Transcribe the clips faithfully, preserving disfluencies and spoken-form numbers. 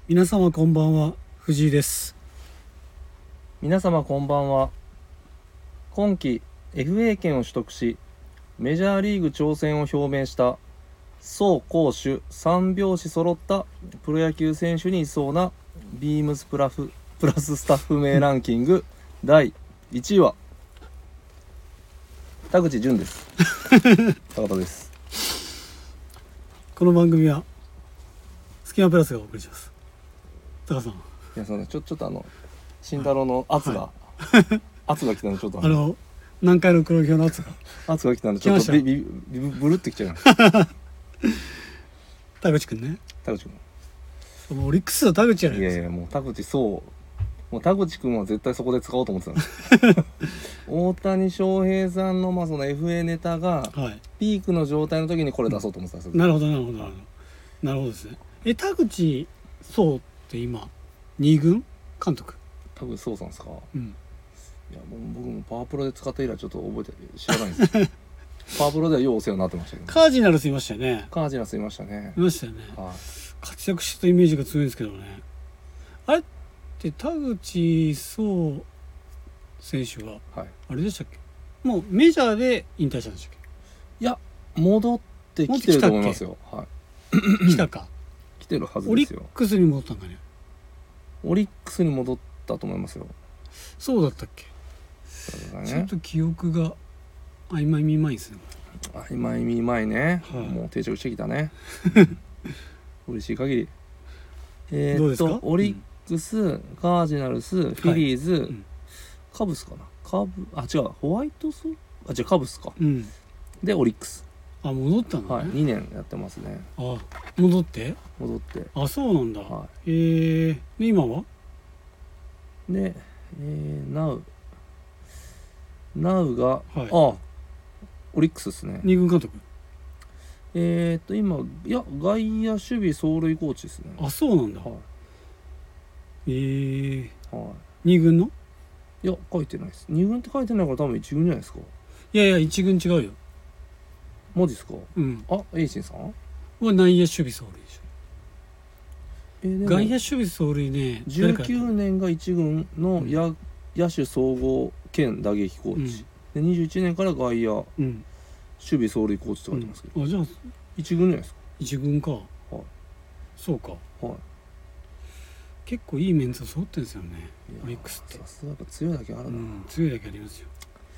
皆様こんばんは、藤井です。 皆様こんばんは。今季 エフエー 権を取得しメジャーリーグ挑戦を表明した走攻守三拍子揃ったプロ野球選手にいそうなビームスプラフプラススタッフ名ランキングだいいちいは田口淳です。高田です。 この番組はスキマプラスがお送りします。高さん、いやそのちょちょっとあの慎太郎の圧が、はい、圧が来たのちょっとあの南海の黒ひょうの圧が圧が来たのちょっとビビビブルってきちゃいました。 田口くんね。 田口くん。 そのオリックスの田口じゃないですか。 いやいやもう田口そうもう田口くんは絶対そこで使おうと思ってたんです大谷翔平さんのまあその エフエー ネタがピークの状態の時にこれ出そうと思ってたんですよ、 うん、なるほどなるほどなるほどなるほどですね。え田口そうって今に軍監督。 田口壮さんですか。 うん。 いやもう僕もパワープロで使って以来ちょっと覚えて知らないんですよパワープロではようお世話になってましたけど、ね、 カージナルスいましたよね。 カージナルスいましたねいましたよね、 はい、 活躍したイメージが強いんですけどね。あれって田口壮選手は、はい、あれでしたっけ、もうメジャーで引退したんでしたっけ。 いや戻ってきてると思いますよ。はい、 来たか来てるはずですよ。 オリックスに戻ったんかね。 オリックスに戻ったと思いますよ。 そうだったっけ、ね、ちょっと記憶が曖昧見舞いですね。 曖昧見舞いね、はい、もう定着してきたね嬉しい限り。えー、っとどうですか。オリックス、うん、カージナルス、フィリーズ、はい、うん、カブスかな。カブあ違うホワイトソあ違うカブスか、うん、でオリックス。 あ戻ったのね、 はい、にねんやってますね。 あ戻って戻ってあそうなんだ、はい、えー、で今はで、えー、ナウナウが、はい、あオリックスですね。 に軍監督。 えー、っと今いや外野守備走塁コーチですね。 あそうなんだ、はい、えー、はい、に軍のいや書いてないです。に軍って書いてないから多分いち軍じゃないですか。 いやいやいち軍違うよ。 マジっすか。 うん。 あエイシンさんは内野守備走塁でしょ。えー、外野守備走塁ねじゅうきゅうねんがいち軍の野、うん、野手総合兼打撃コーチ、うん、でにじゅういちねんから外野、うん、守備走塁コーチって書いてますけど、 うん、あじゃあいち軍じゃないですか。 いち軍か。はいそうか。はい結構いいメンツを揃ってるんですよねオリックスって。 さすがやっぱ強いだけあるな、うん、 強いだけありますよ。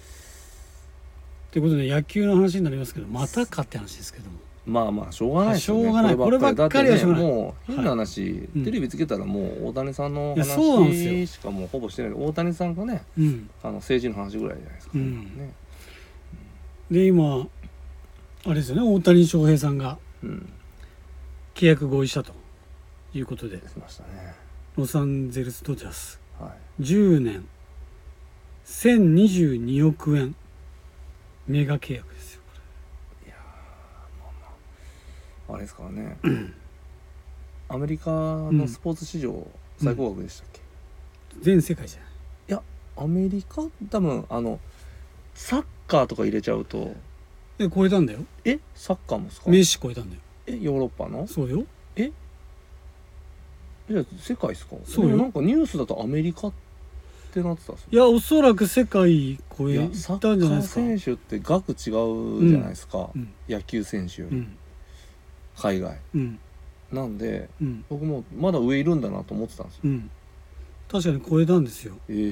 ということで野球の話になりますけどまたかって話ですけども、 まあまあしょうがないですよね。 しょうがないこればっかりはしょうがない。 もう変な話、はい、テレビつけたらもう大谷さんの話しかもうほぼしてない。大谷さんがね、うん、あの政治の話ぐらいじゃないですか、ねうんね、 で今あれですよね大谷翔平さんが契約合意したということで、うん、 しましたね。 ロサンゼルスドジャース、 はい、 じゅうねんせんにじゅうにおくえんメガ契約ですよこれ。いやまあまああれですからね、うん、アメリカのスポーツ史上最高額でしたっけ、 うん、全世界じゃない。 いやアメリカ多分あのサッカーとか入れちゃうとえ超えたんだよ。 えサッカーもですか。 メッシ超えたんだよ。 えヨーロッパの。 そうよ。 えじゃあ世界ですか。 そうよ。 なんかニュースだとアメリカってなってたんですよ。 いやおそらく世界超えたんじゃないですか。サッカー選手って額違うじゃないですか、うん、野球選手より、うん、海外、うん、なんで、うん、僕もまだ上いるんだなと思ってたんですよ、うん、 確かに超えたんですよ。 え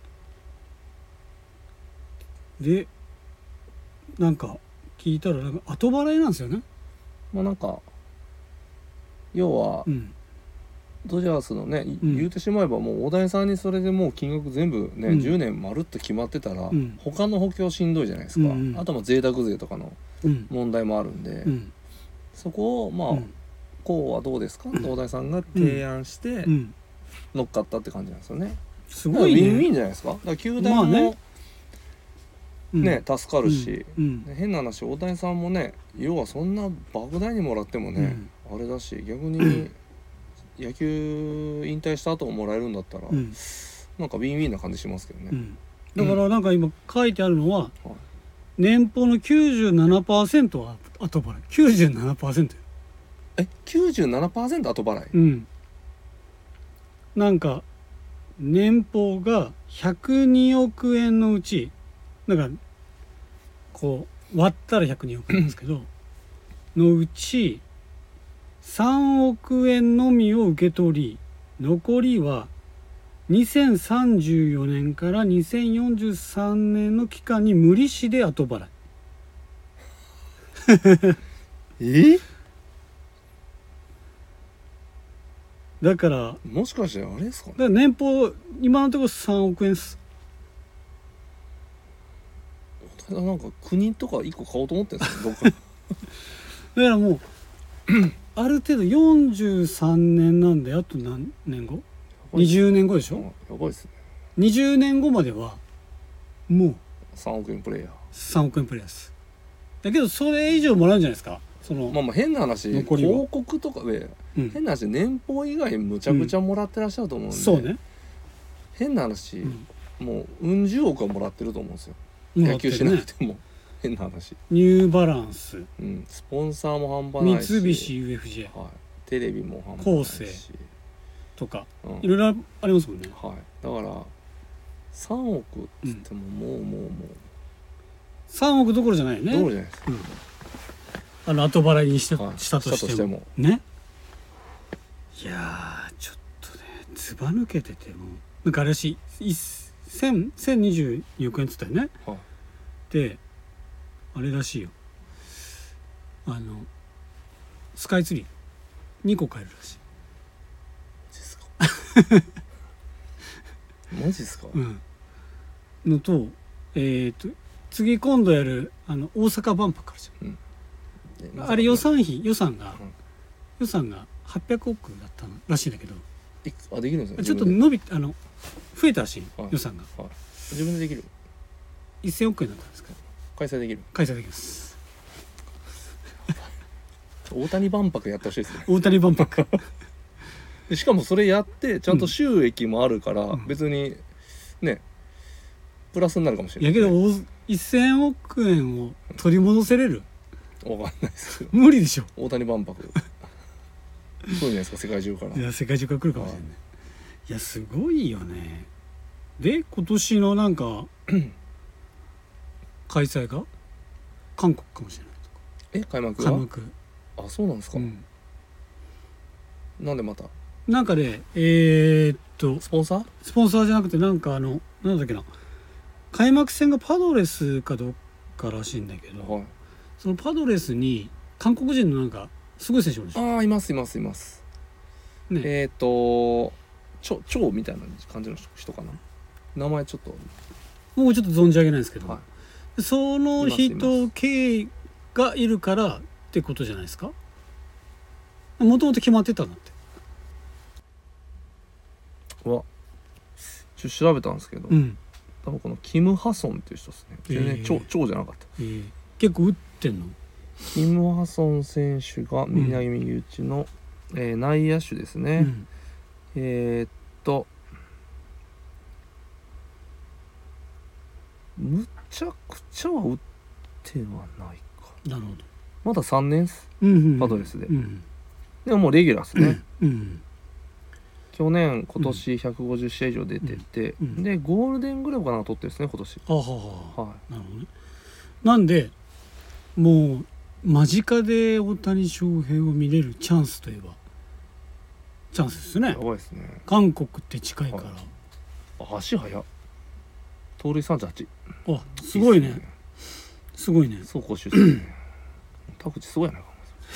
ー、でなんか聞いたらなんか後払いなんですよね。 まあなんか要は、うんドジャースのね、うん、言うてしまえばもう大谷さんにそれでもう金額全部ね、うん、じゅうねんまるっと決まってたら、うん、他の補強しんどいじゃないですか、うんうん、あとは贅沢税とかの問題もあるんで、うん、そこをまあ、うん、こうはどうですかって大谷さんが提案して乗っかったって感じなんですよね。 すごいね。 ウィンウィンじゃないですか。だから球団も、まあねね、助かるし、うんうん、変な話大谷さんもね要はそんな莫大にもらってもね、うん、あれだし逆に野球引退した後ももらえるんだったら、うん、なんかウィンウィンな感じしますけどね、うん、 だからなんか今書いてあるのは、うん、年俸の きゅうじゅうななパーセント は後払い きゅうじゅうななパーセントえ きゅうじゅうななパーセント 後払い、 うん、 なんか年俸がひゃくにおくえんのうちなんかこう割ったらひゃくにおくえんですけどのうちさんおくえんのみを受け取り残りはにせんさんじゅうよねんからにせんよんじゅうさんねんの期間に無利子で後払いえだからもしかしてあれですかね。 だから年俸今のところさんおくえんっす。 なんか国とかいっこ買おうと思ってるんですよどっかだからもうある程度よんじゅうさんねんなんであと何年後にじゅうねんごでしょ。 やばいっすね。 にじゅうねんごまではもうさんおくえんプレイヤー。 さんおくえんプレイヤーですだけどそれ以上もらうんじゃないですか。そのまあまあ変な話広告とかで、うん、変な話年俸以外むちゃくちゃもらってらっしゃると思うんで、うん、そうね変な話、うん、もううん十億はもらってると思うんですよ、ね、野球しなくても変な話ニューバランス、 うん、スポンサーも半端ないし三菱 ユーエフジェー、 はい、テレビも半端ないしコーセとか、うん、いろいろありますもんね、 はい、だからさんおくっつってももう、うん、もうもうさんおくどころじゃないよね。 どころじゃないですか、うんあの後払いにして、はい、したとしても、 してもね。いやーちょっとねずば抜けててもなんかあれらしいせんにじゅうにおくえんっつったよね、はい、であれらしいよあのスカイツリーにこ買えるらしい。 マジっすかマジっすか、 うん、のとえー、と次今度やるあの大阪万博あるじゃん、うんあれ予算費予算が、うん、予算がはっぴゃくおくだったらしいんだけどあできるんですね。 ちょっと伸びあの増えたらしい、はい、予算が、はい、 自分でできるせんおくえんだったんですか。 開催できる開催できます大谷万博やってほしいですね大谷万博でしかもそれやってちゃんと収益もあるから、うん、別にねプラスになるかもしれない、ね、 いやけどせんおくえんを取り戻せれる、 わかんないですけど無理でしょ。 大谷万博そうじゃないですか世界中から。 いや世界中から来るかもしれない。いやすごいよね。で今年のなんか開催が韓国かもしれないとか。 え開幕が開幕あそうなんですか、うん、なんでまたなんかねえー、っとスポンサースポンサーじゃなくてなんかあのなんだっけな開幕戦がパドレスかどうからしいんだけど、はい、そのパドレスに韓国人のなんかすごい選手もいるでしょ。 ああいますいますいます、ね、えっ、ー、と超超みたいな感じの人かな名前ちょっともうちょっと存じ上げないんですけど、はい、その人系がいるからってことじゃないですか。もともと決まってたんだって。 うわちょっと調べたんですけど、うん、多分このキム・ハソンっていう人ですね。全然超超じゃなかった、 えー、結構打ってんの。 キム・ハソン選手が南右打ちの、うんえー、内野手ですね、うん、えー、っとむちゃくちゃは打ってはないか。 なるほど。 まださんねんっす、 うんうんうん、 パドレスで、 うん、 でももうレギュラーっすね、 うんうん、 去年今年ひゃくごじゅう試合以上出てて、うんうん、でゴールデングラブかなんか取ってるんですね今年。 はあはあ、はい、なるほどね。なんでもう間近で大谷翔平を見れるチャンスといえばチャンスですね。 やばいですね。 韓国って近いから、 はい、あ足速っ盗塁さんじゅうはち。 あすごいね。すごいね。 走攻守ですね田口すごいやないか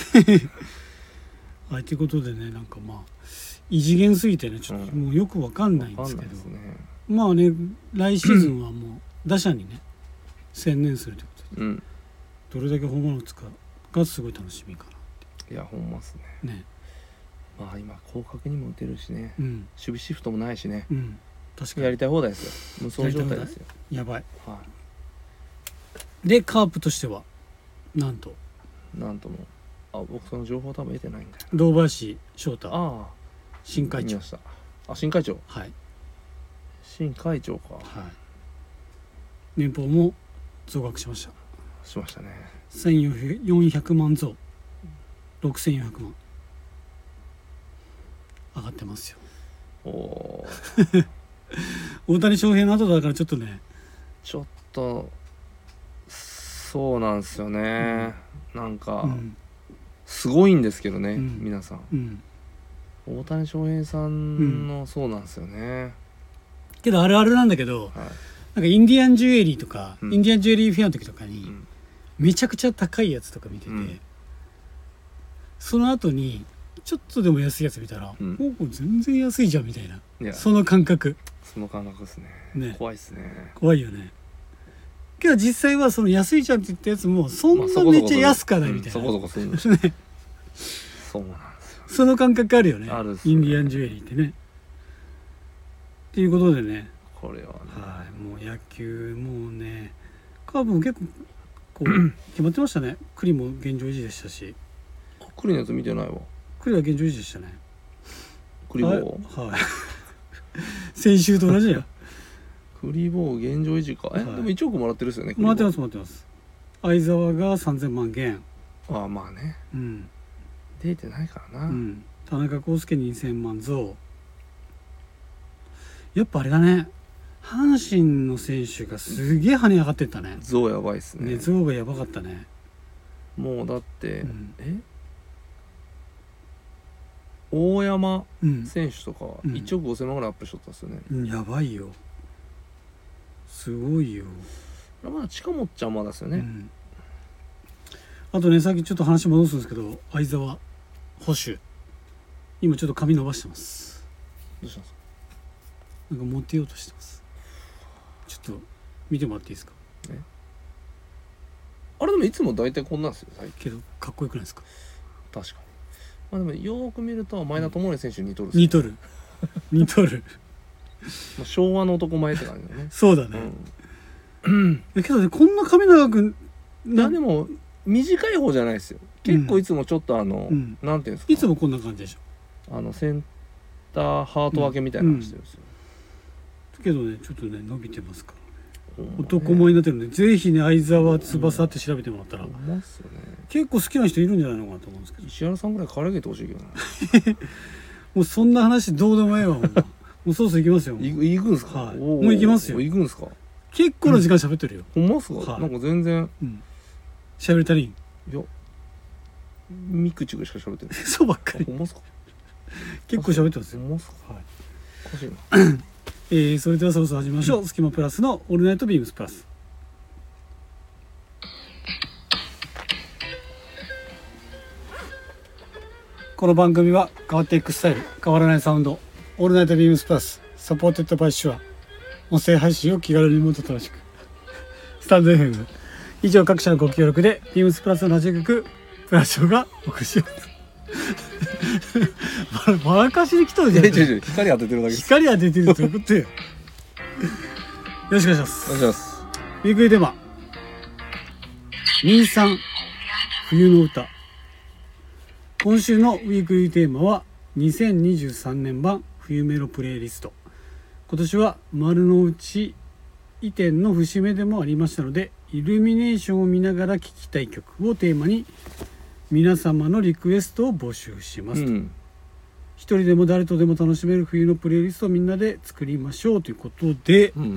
はい、ということでねなんかまあ異次元すぎてねちょっともうよくわかんないんですけど、うんね、まあね来シーズンはもう打者にね専念するということで、うん、どれだけホームランを打つかがすごい楽しみかなって。 いやほんまっすね。ねまあ今広角にも打てるしね、うん、守備シフトもないしね、うん、確かにやりたい放題ですよ。無双状態ですよ。 やばい、はい、でカープとしてはなんとなんともあ僕その情報多分得てないんだよ。 堂林翔太ああ新会長。 あ新会長はい新会長か。はい年俸も増額しました。 しましたね。 せんよんひゃくまん増ろくせんよんひゃくまん上がってますよ。 お大谷翔平の後だからちょっとねちょっとそうなんですよね、うん、なんか、うん、すごいんですけどね、うん、皆さん、うん、大谷翔平さんの、そうなんですよね。 けどあるあるなんだけど、はい、なんかインディアンジュエリーとか、インディアンジュエリーフェアの時とかに、めちゃくちゃ高いやつとか見てて、その後にちょっとでも安いやつ見たら、うん、お全然安いじゃんみたいな、いやその感覚その感覚です ね, ね怖いですね。 怖いよね。けど実際はその安いじゃんって言ったやつもそんなめっちゃ安かないみたいな、 そこそこするんですねそうなんですよ。 その感覚あるよね、 あるっすね、 インディアンジュエリーってね。っていうことでね、 これはね、 はい、もう野球もうねカーブも結構こう決まってましたね。栗も現状維持でしたし。 栗のやつ見てないわ。 栗は現状維持でしたね。 栗棒はい先週と同じや栗棒現状維持か。え、はい、でもいちおくもらってるっすよね。 もらってますもらってます。相沢がさんぜんまん減。 ああまあね、うん、出てないからな、うん、 田中康介にせんまん増。やっぱあれだね、阪神の選手がすげえ跳ね上がってったね。 増やばいっすね。 ね、増がやばかったね。 もうだって、うん、え大山選手とかいちおくごせんまんぐらいアップしとったっすよね、 うん、やばいよ、すごいよ。 まだ近本ちゃんまだですよね、うん、 あとね、さっきちょっと話戻すんですけど、相沢捕手今ちょっと髪伸ばしてます。 どうしたんですか。 なんかモテようとしてます。ちょっと見てもらっていいですか。えあれでもいつも大体こんなんですよけどかっこよくないですか。 確かに。まあ、でもよく見ると前田智則選手に似とる、 ね、似とる似とる昭和の男前って感じだねそうだね、うん、けどねこんな髪長くな。でも短い方じゃないですよ。結構いつもちょっとあの、うん、なんていうんですか、 いつもこんな感じでしょ。あのセンターハート分けみたいなのしてるんですよ、 うんうん、けどねちょっとね伸びてますから、ね、男前になってるんで、ぜひね相沢翼って調べてもらったら、うん、結構好きな人いるんじゃないのかなと思うんですけど。 石原さんぐらい軽げてほしいけどなもうそんな話どうでもええわもうそろそろ行きますよ。 行くんすか、はい、 もう行きますよ。 行くんすか。 結構な時間喋ってるよ、 うん、ほんまっすか、はい、なんか全然喋、うん、り足りん。 いやみくちぐらいしか喋ってないそうばっかり。 ほんまっすか。 結構喋ってますよ。 ほんまっすか。はい。おかしいなえー、それではそろそろ始めましょう。スキマプラスのオールナイトビームスプラス。この番組は変わっていくスタイル、変わらないサウンド、オールナイトビームスプラス、サポーテッドバイシュア、音声配信を気軽にもっと楽しく、スタンド エフエム、以上各社のご協力でビームスプラスのラジオ局プラショがお送りします笑かしに来とるじゃん。 光当ててるだけ。 光当ててるということよ。よろしくお願いします。 お願いします。 ウィークリーテーマにさん冬の歌。今週のウィークリーテーマはにせんにじゅうさんねん版冬メロプレイリスト。今年は丸の内移転の節目でもありましたので、イルミネーションを見ながら聴きたい曲をテーマに皆様のリクエストを募集しますと、うん、一人でも誰とでも楽しめる冬のプレイリストをみんなで作りましょうということで、うんうん、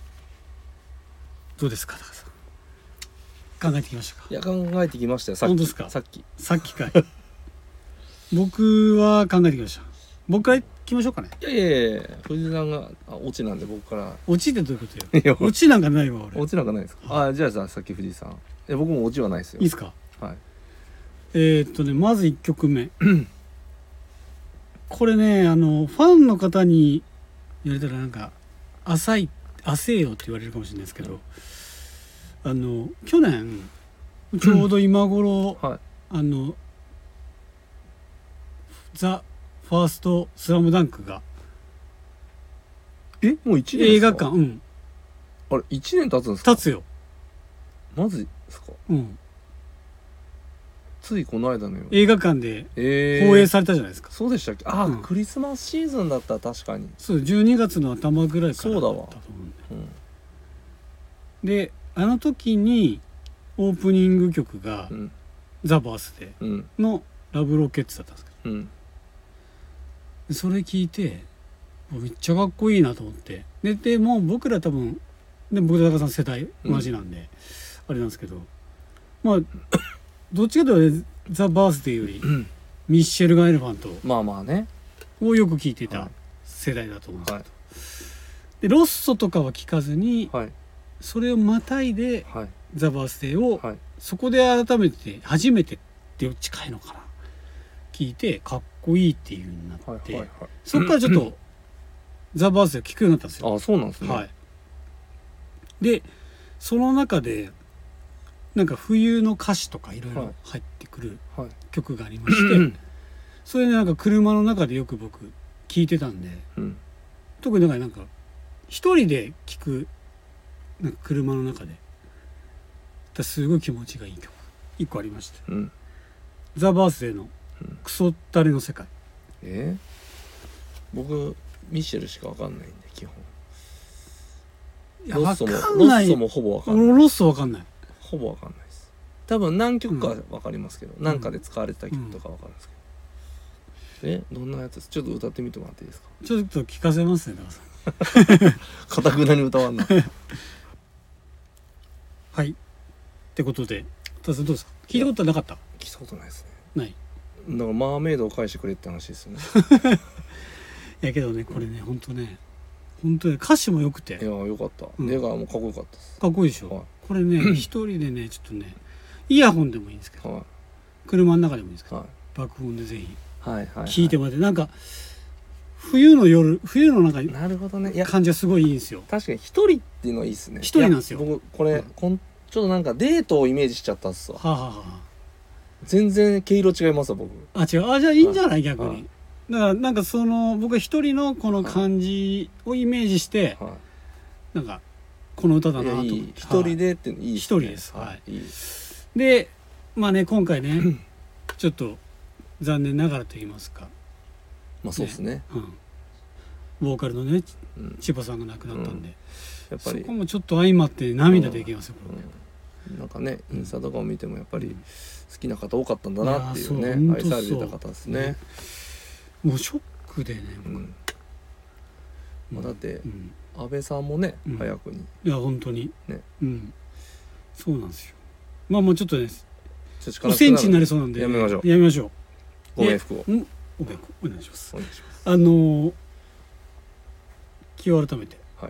どうですか高さん、考えてきましたか。 いや考えてきましたよ。さっき。 本当ですか。 さっきさっきかい僕は考えてきました。僕から来ましょうかね。 いやいやいや藤井さんがオチなんで僕から。 オチってどういうことよ。オチなんかないわ俺。 オチなんかないですか。ああじゃあささっき藤井さん。いや僕もオチはないですよ。 いいですか。 はい。 えー、っとねまずいっきょくめこれねあのファンの方に言われたらなんか浅い浅いよって言われるかもしれないですけど、うん、あの去年ちょうど今頃、うんはい、あのザ・ファーストスラムダンクがえもういちねんですか。 映画館うんあれいちねん経つんですか。 経つよ。 マジですか。 うんついこの間のよ映画館で放映されたじゃないですか、 えー、そうでしたっけ。ああ、うん、クリスマスシーズンだったら確かにそうじゅうにがつの頭ぐらいからだったと思うんで、そうだわ、うん、であの時にオープニング曲が、うん、ザ・バースデーのラブロケッツだったんですけど、うん、それ聞いてめっちゃかっこいいなと思って。ででもう僕ら多分で僕と高さん世代同じなんで、うん、あれなんですけど、まあどっちかというとザ・バースデーより、うん、ミッシェルガン・エレファントまあまあねをよく聞いてた世代だと思うんですけど、はい、でロッソとかは聞かずに、はい、それをまたいで、はい、ザ・バースデーを、はい、そこで改めて初めてって近いのかな聞いてかっこいいっていう風になって、はいはいはい、そっからちょっとザ・バースデーを聞くようになったんですよ。 あ、そうなんですね。 はい、でその中でなんか冬の歌詞とかいろいろ入ってくる曲がありまして、はい、それでなんか車の中でよく僕聞いてたんで、うん、特になんか一人で聞くなんか車の中ですごい気持ちがいい曲一個ありまして、うん、ザ・バースデーのクソったれの世界、 うん、えー、僕ミシェルしか分かんないんで基本ロッソもロッソもほぼ分かんない。 ロッソ分かんない。 ほぼ分かんないです。多分何曲か分かりますけど、うん、何かで使われてた曲とか分かるんですけど、うん、えどんなやつです？ちょっと歌ってみてもらっていいですか？ ちょっと聞かせますね高さんかたくなに歌わんなはいってことで高さんどうですか？聞いたことなかった？ 聞いたことないですね。 ない。 だからマーメイドを返してくれって話ですよねいやけどねこれね本当ね本当に歌詞も良くて、 いや良かった、うん、絵がもうかっこよかったです。 かっこいいでしょ、はい、これね一人でねちょっとねイヤホンでもいいんですけど、はい、車の中でもいいんですけど、はい、爆音でぜひ聴いてもらって、はいはいはい、なんか冬の夜冬の中になるほどね感じがすごいいいんですよ。 確かに一人っていうのはいいですね。 一人なんですよ。 僕これ、うん、こんちょっとなんかデートをイメージしちゃったっすわ。 はあ、はあはあ、 全然毛色違いますわ僕。 あ違うあじゃあいいんじゃない、はい、逆に、はい、だからなんかその僕一人のこの感じをイメージして、はい、なんかこの歌だなと思って。いい一人でっていいですね。 一人です、はい、いいでまあね今回ねちょっと残念ながらと言いますかまあそうですね、ね、うん、 ボーカルのね、うん、千葉さんが亡くなったんで、うん、 やっぱりそこもちょっと相まって涙できますよ、 うんうん、なんかねインスタとかを見てもやっぱり好きな方多かったんだなっていうね、愛されてた方ですね。 もうショックでね、 うんまあ、だって、うん、安倍さんもね、うん、早くにいや本当にね、うん、そうなんですよ。まあもうちょっとねおセンチになりそうなんでやめましょうやめましょう。 ご冥福をご冥福お願いします。 お願いします。 あのー、気を改めて、はい、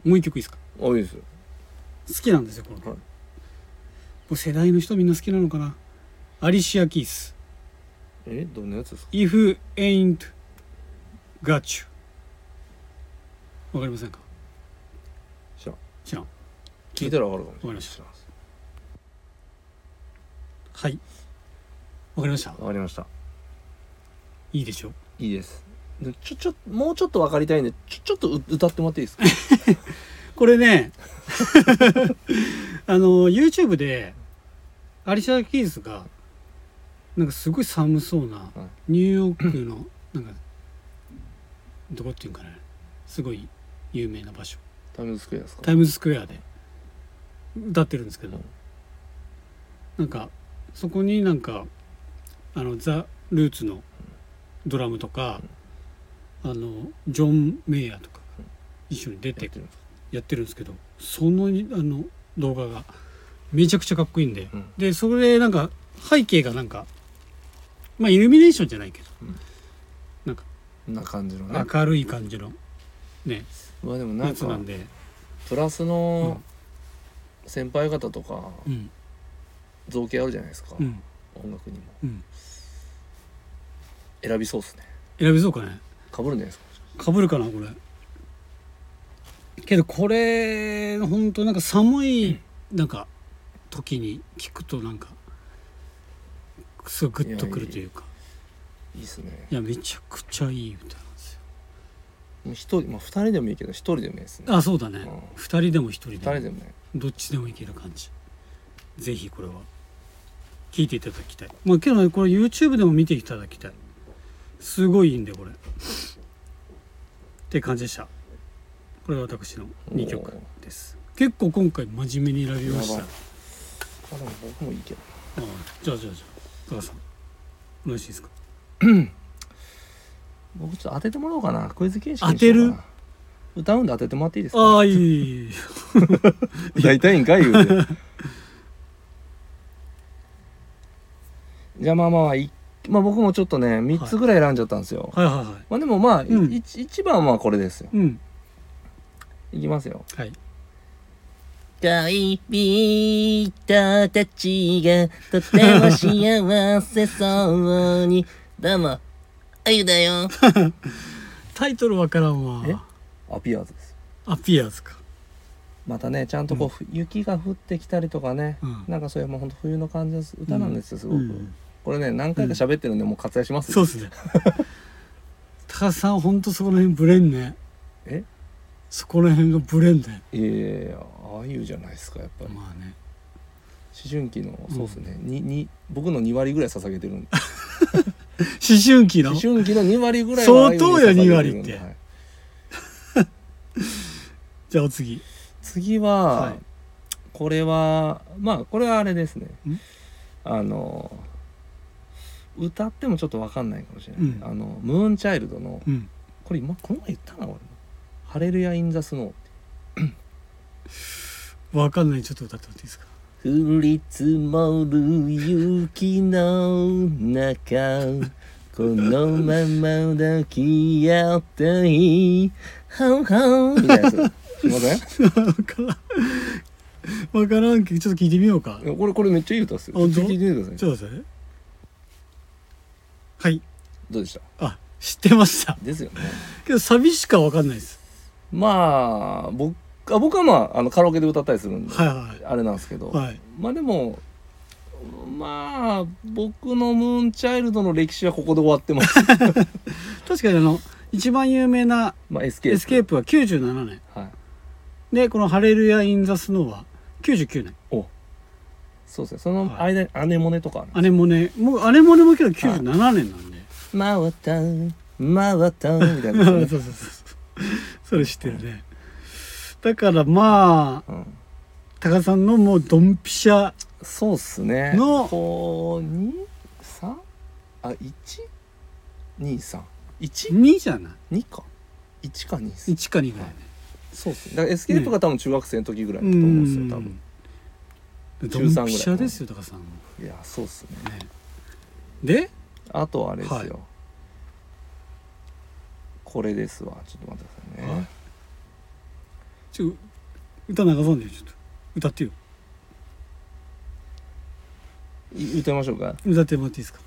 もう一曲いいですか？ あいいです。 好きなんですよこの曲、はい、もう世代の人みんな好きなのかな。アリシア・キース。 えどんなやつですか？ If ain't got you。 わかりませんか？ 知らん知らん。 聞いたらわかるかもしれない。 わかりました。はいわかりました。 わかりました。 いいでしょう。 いいです。でちょちょもうちょっとわかりたいんでちょちょっと歌ってもらっていいですか？ これねあの YouTube でアリシャ・キースがなんかすごい寒そうなニューヨークのなんかどこっていうんかなすごい有名な場所タイムズスクエアですか？ タイムズスクエアで歌ってるんですけど、なんかそこになんかあのザ・ルーツのドラムとかあのジョン・メイヤーとか一緒に出てやってるんですけど、そのあの動画がめちゃくちゃかっこいいんで、うん、でそれでなんか背景がなんかまあイルミネーションじゃないけど、うん、なんかな感じのね明るい感じのねまあでもなんかやつなんでプラスの先輩方とか、うん、造形あるじゃないですか、うん、音楽にも、うん、選びそうっすね。 選びそうかね。 被るんじゃないですか。被るかなこれ。けどこれ本当なんか寒いなんか時に聞くとなんかすごいグッとくるというか。 いいっすね。 いやめちゃくちゃいい歌なんですよ。 もう一人まあ二人でもいいけど一人でもいいですね。 あそうだね。二、うん、人でも一人でも。 二人でもね。 どっちでもいける感じ。ぜひこれは聞いていただきたい。まあけどねこれ YouTube でも見ていただきたい。すごいいいんでこれ。って感じでした。これは私のにきょくです。結構今回真面目に選びました。あでも僕もいいけど。 ああじゃあじゃあじゃあ高橋さんお願いしいですか。 僕ちょっと当ててもらおうかな。クイズ形式当てる。 歌うんで当ててもらっていいですか。 ああいいいい歌いたいんかい言うてじゃあまあまあい、まあ、僕もちょっとねみっつぐらい選んじゃったんですよ、 はいはいはい。 まあでもまあ、 うん、 一番はこれですよ。 うんいきますよ。 はい。 恋人たちがとても幸せそうにどうもあゆだよタイトルわからんわ。 えアピアーズです。 アピアーズか。 またねちゃんとこう、うん、雪が降ってきたりとかね、うん、なんかそういうもうほんと冬の感じの歌なんですよ、すごく、うん、これね何回か喋ってるんでもう割愛しますよ、うん、そうですね高さんほんとそこら辺ブレんね。 えそこら辺がブレんね。 いやいやいやああいうじゃないですかやっぱり。 まあね思春期のそうですね、うん、にに僕のにわりぐらい捧げてるんで思春期の思春期のにわりぐらいは相当やにわりって、はい、じゃあお次次は、はい、これはまあこれはあれですね、あの歌ってもちょっと分かんないかもしれない、うん、あのムーンチャイルドの、うん、これ今この前言ったな俺ハレルヤ・イン・ザ・スノーって分かんない。ちょっと歌ってもらっていいですか。 降り積もる雪の中このまま抱き合っていいハウハウみたいなやつすいません分からん分からんけどちょっと聞いてみようか。 これこれめっちゃいい歌っすよ。ちょっと聞いてみてください。 ちょっと待って。はいどうでした。 あ知ってましたですよね。 けどサビしか分かんないです。 まあ僕あ僕はまああのカラオケで歌ったりするんで、 はいはい、 あれなんですけど、 はい、 まあでもまあ僕のムーンチャイルドの歴史はここで終わってます確かにあの一番有名な、 まあ、エスケープ、エスケープはきゅうじゅうななねん、はい、でこの「ハレルヤ・イン・ザ・スノー」はきゅうじゅうきゅうねん。おそうですね。その間にアネモネとかあるんです。 アネモネもうアネモネもけどきゅうじゅうななねんなんで、 はい、回った回ったみたいな、ね、 そうそうそうそれ知ってるね。だからまあ、うん、高さんのもうドンピシャそうっすねのこうにさんあいちにさんいちにじゃないにかいちかにいちかにぐらいね、はい、 そうっすね。だからエスケープが多分中学生の時ぐらいだと思うんですよ、ね、多分ドンピシャですよ高さん。 いやそうっす ね, ねであとあれですよ、はい、これですわ。ちょっと待ってくださいね、はい、 ちょ歌流さんでちょっと歌ってよ。 歌いましょうか。 歌ってもらっていいですか。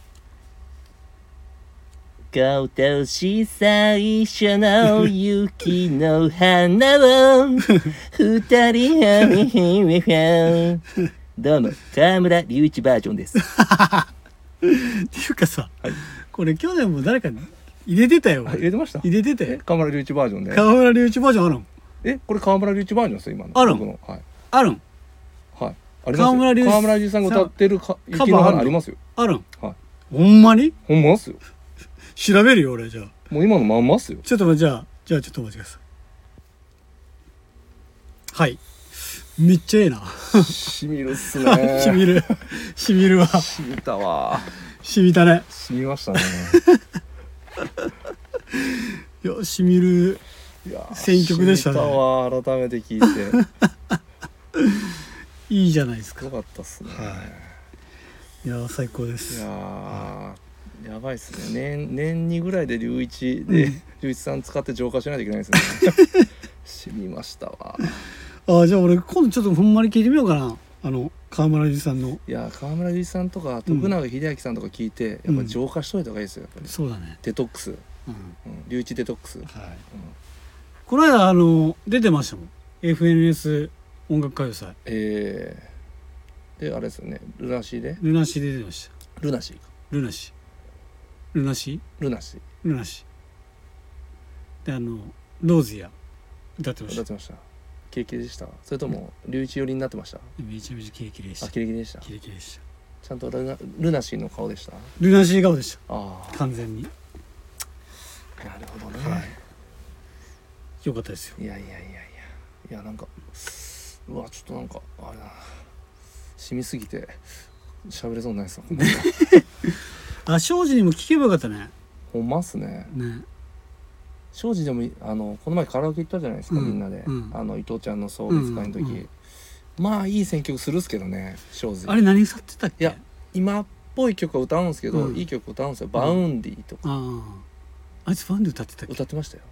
今年最初の雪の花を二人はどうも田村隆一バージョンですっていうかさ、はい、これ去年も誰かに入れてたよ。 入れてました。 入れてて河村隆一バージョンで。 河村隆一バージョンあるん。 えこれ河村隆一バージョンですよ今の。 あるん、はい、あるん。 はいありますよ。河村隆一さんが歌ってるか雪の花ありますよ。 あるん。 はいほんまに。 ほんまっすよ。 調べるよ俺。じゃあもう今のまんまっすよ。 ちょっと待って、じゃあじゃあちょっとお待ちください。はいめっちゃええなしみるっすねしみるしみるわ。 しみたわ。 しみたね。 しみましたねいやしみる選曲でしたね。 しみたわ改めて聞いていいじゃないですか。 よかったっすね、はい、いや最高です。 いや、はい、やばいっすね。年年にぐらいで隆一で、うん、隆一さん使って浄化しないといけないですねしみましたわ。 あじゃあ俺今度ちょっとほんまに聞いてみようかな。あの河村隆一さんの。 いや河村隆一さんとか徳永英明さんとか聞いて、うん、やっぱ浄化しといた方がいいですよ。やっぱりそうだね。 デトックス、うんうん、隆一デトックス、はい、うん、 この間あの出てましたもん エフエヌエス 音楽歌謡祭。 えー、であれですよね。ルナシーでルナシーで出てました。 ルナシーかルナシールナシールナシールナシーであのローズや歌ってました。 歌ってました。キレキレでした。それとも隆一寄りになってました。 めちゃめちゃキレキレでした。 あキレキレでした。 キレキレでした。 ちゃんとルナ、ルナシーの顔でした。 ルナシー顔でした。 あ完全に。 なるほどね、はい、 よかったですよ。 いやいやいやいやいやなんかうわちょっとなんかあれだな染みすぎて喋れそうにないですよあ庄司にも聞けばよかったね。 ほんまっすね。 ね。 庄司でもあのこの前カラオケ行ったじゃないですか、 うんみんなで、 うん、 あの伊藤ちゃんの送別会の時、うんうん、まあいい選曲するっすけどね、庄司。 あれ何歌ってたっけ？ いや今っぽい曲は歌うんですけど、うん、いい曲歌うんですよ、バウンディとか、うん、 ああいつバウンディ歌ってたっけ？ 歌ってましたよ。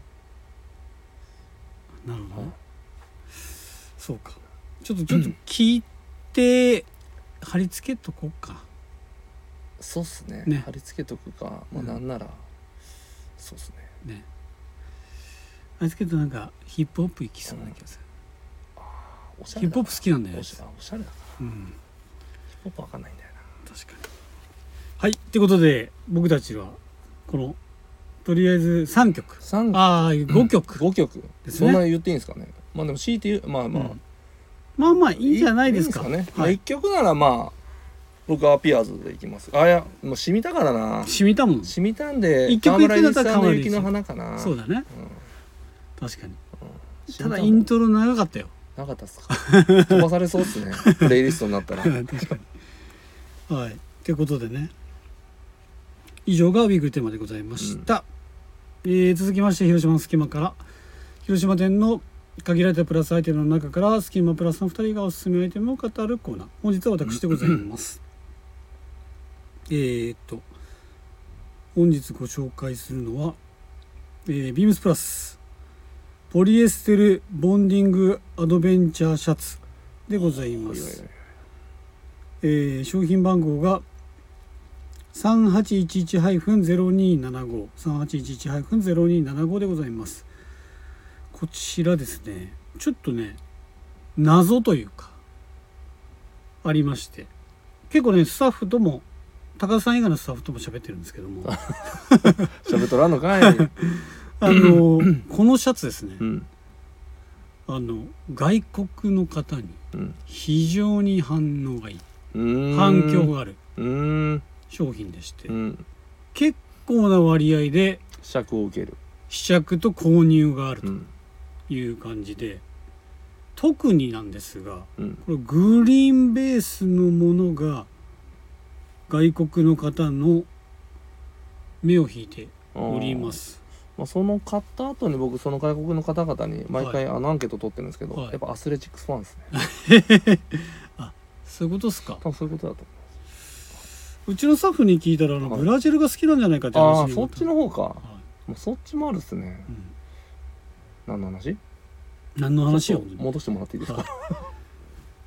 なるほど、はい、そうか。ちょっとちょっと聞いて、うん、貼り付けとこうか。 そうっす ね, ね貼り付けとくか、まあ、なんなら、うん、そうっすね。 ね貼り付けとなんかヒップホップいきそうな気がする、 うん、あおしゃれヒップホップ好きなんだよ。 おしゃおしゃれだから、うん、ヒップホップわかんないんだよな。 確かに。はいってことで僕たちはこのとりあえずさんきょく、 さんああごきょく、 ごきょくですね。そんな言っていいんですかね。まあでも強いて言うまあまあ、うん、 まあまあいいんじゃないですか。 いいんですかね、 はい、 まあ、いっきょくならまあ僕はピアーズでいきます。あいやもう染みたからな。 染みたもん。 染みたんで一曲いくんだったら河村ゆきの花かな。 そうだね、うん、確かに、うん、ただイントロ長かったよ。 長かったっすか。飛ばされそうっすねプレイリストになったら確かに。はいということでね、以上がウィークリーテーマでございました、うん、えー、続きまして広島の隙間から広島店の限られたプラスアイテムの中からスキマプラスのふたりがおすすめアイテムを語るコーナー。本日は私でございますえーっと本日ご紹介するのは、えー、ビームスプラスポリエステルボンディングアドベンチャーシャツでございます。えー、商品番号が さんはちいちいち ゼロにーななご さんはちいちいち ゼロにーななご でございます。こちらですね、ちょっとね謎というかありまして、結構ねスタッフとも高田さん以外のスタッフとも喋ってるんですけども喋っとらんのかいあのこのシャツですね、 うん、 あの外国の方に非常に反応がいい、うん、反響がある商品でして、うん、結構な割合で試着を受ける試着と購入があるという感じで、うん、特になんですが、うん、これグリーンベースのものが外国の方の目を引いております。 まあ、その買った後に僕その外国の方々に毎回あのアンケート取ってるんですけど、はい、やっぱアスレチックスファンですねあ、そういうことですか。 多分そういうことだと思います。 うちのスタッフに聞いたらあの、はい、ブラジルが好きなんじゃないかって話に。 ああそっちの方か、はい、もうそっちもあるっすね、うん、何の話何の話を戻してもらっていいですか、はい、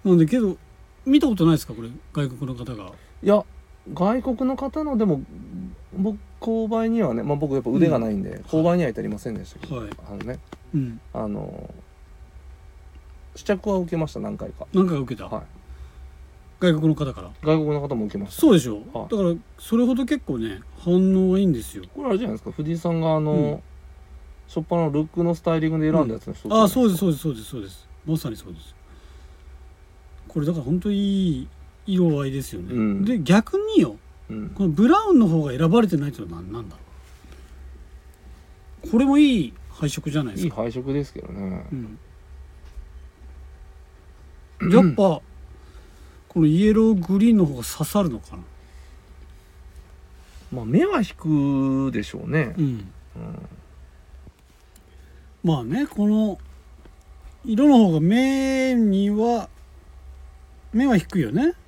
なんでけど見たことないですかこれ外国の方が。 いや外国の方のでも僕購買にはね、まあ、僕やっぱ腕がないんで、うん、購買には至りませんでしたけど、はい、あのね、うん、あの試着は受けました。何回か何回か受けた、はい、外国の方から。 外国の方も受けました。 そうでしょ、はい、だからそれほど結構ね反応はいいんですよ。 これあれじゃないですか、藤井さんがあの、うん、初っ端のルックのスタイリングで選んだやつの一つ、うん、 ああそうですそうですそうですそうです、まさにそうです。これだから本当にいい色合いですよね、うん、で逆によ、うん、このブラウンの方が選ばれてないってのは何なんだろう。これもいい配色じゃないですか。 いい配色ですけどね、 うん、やっぱこのイエローグリーンの方が刺さるのかな。 まあ目は引くでしょうね、うんうん、 まあねこの色の方が目には目は引くよね。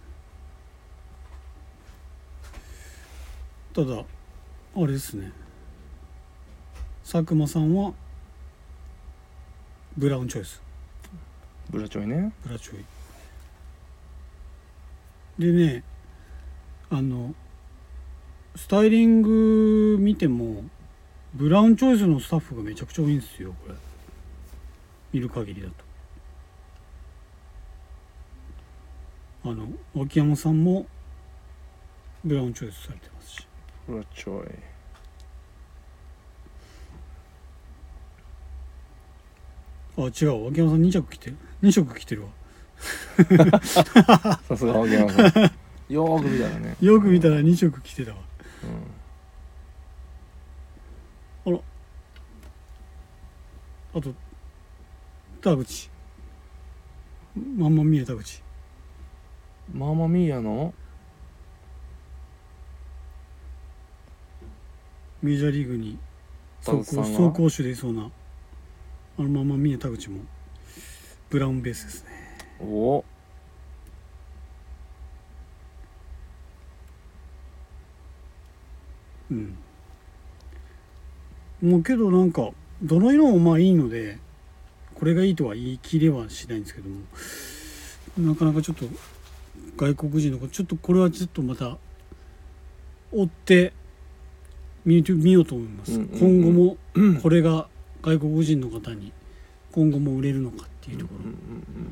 ただあれですね、佐久間さんはブラウンチョイス。 ブラチョイね。 ブラチョイでね、あのスタイリング見てもブラウンチョイスのスタッフがめちゃくちゃ多いんですよ。これ見る限りだとあの脇山さんもブラウンチョイスされてますし。 ブラチョイあ、違う、脇山さんに着着てるに色着てるわさすが脇山さんよーく見たらねよく見たらに色着てたわ、うん、あらあと田口マンマミーヤ田口ママミーヤのメジャーリーグに走行走攻手でいそうなあのまま峰田口もブラウンベースですね。 おうんもうけどなんかどの色もまあいいのでこれがいいとは言い切れはしないんですけども、なかなかちょっと外国人の子ちょっとこれはちょっとまた追って見ようと思います、うんうんうん、今後もこれが外国人の方に今後も売れるのかっていうところ、うんうんうん、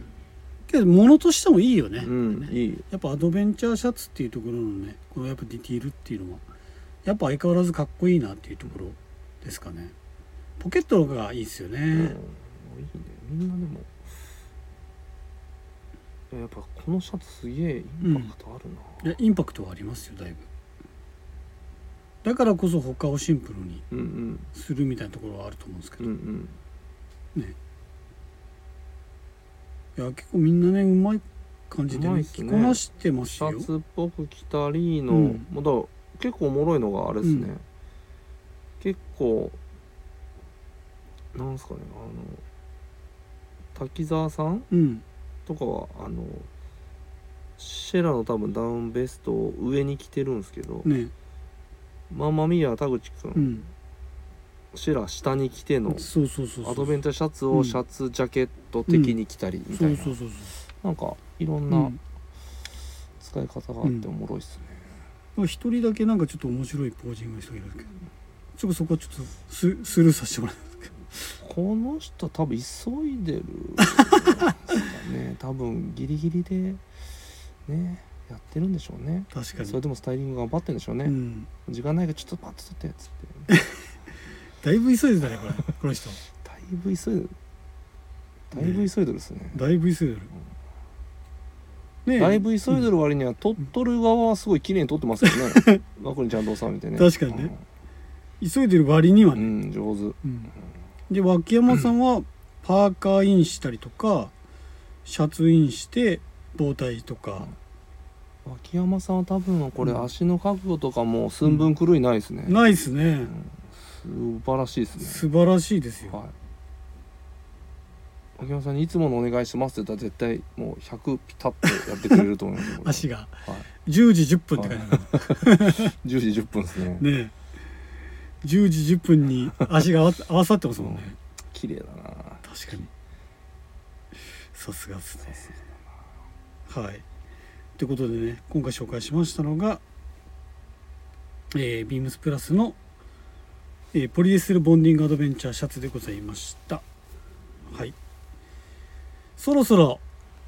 けど物としてもいいよね、 うん、いいやっぱアドベンチャーシャツっていうところのねこのやっぱディティールっていうのはやっぱ相変わらずかっこいいなっていうところですかね。ポケットがいいですよね、うん、いいね。 みんなでもやっぱこのシャツすげえインパクトあるな、 うん、いやインパクトはありますよだいぶ。だからこそ他をシンプルにするみたいなところはあると思うんですけど、うんうん、ねいや結構みんなねうまい感じでね着こなしてますよ。 シャツっぽく着たりの、うん、まだ結構おもろいのがあれですね、うん、結構なんすかねあの滝沢さん、うん、とかはあのシェラの多分ダウンベストを上に着てるんですけど、ね、ママミヤ田口くん、うん、シェラ下に着てのアドベンチャーシャツをシャツジャケット的に着たりみたいな、なんかいろんな使い方があっておもろいっすね。一、うん、人だけなんかちょっと面白いポージングの人がいるけど、ちょっとそこはちょっとス, スルーさせてもらいますけど。 この人多分急いでるですかね多分ギリギリでねやってるんでしょうね。 確かにそれでもスタイリング頑張ってるんでしょうね、うん、時間ないからちょっとパッと撮ってっつってだいぶ急いでたねこれこの人だいぶ急いでるだいぶ急いでるですね、ねだいぶ急いでる、 うんね、だいぶ急いでる割には撮っとる側はすごい綺麗に撮ってますよねマクニちゃんと収めてね。 確かにね、うん、急いでる割にはね、 うん、上手、 うんで脇山さんはパーカーインしたりとかシャツインしてボタイとか、 うん、脇山さんは多分これ足の角度とかも寸分狂いないですね、 うん、ないですね、 うん、素晴らしいですね。 素晴らしいですよ、はい、 脇山さんにいつものお願いしますって言ったら絶対もうひゃくピタッとやってくれると思います足が、はい、じゅうじじゅっぷんって書いてあるじゅうじじゅっぷんですね。 ねえじゅうじじゅっぷんに足が合わさってますもんね、うん、 綺麗だな。 確かにさすがですね。はいということでね今回紹介しましたのが、えー、ビームスプラスの、えー、ポリエステルボンディングアドベンチャーシャツでございました。はいそろそろ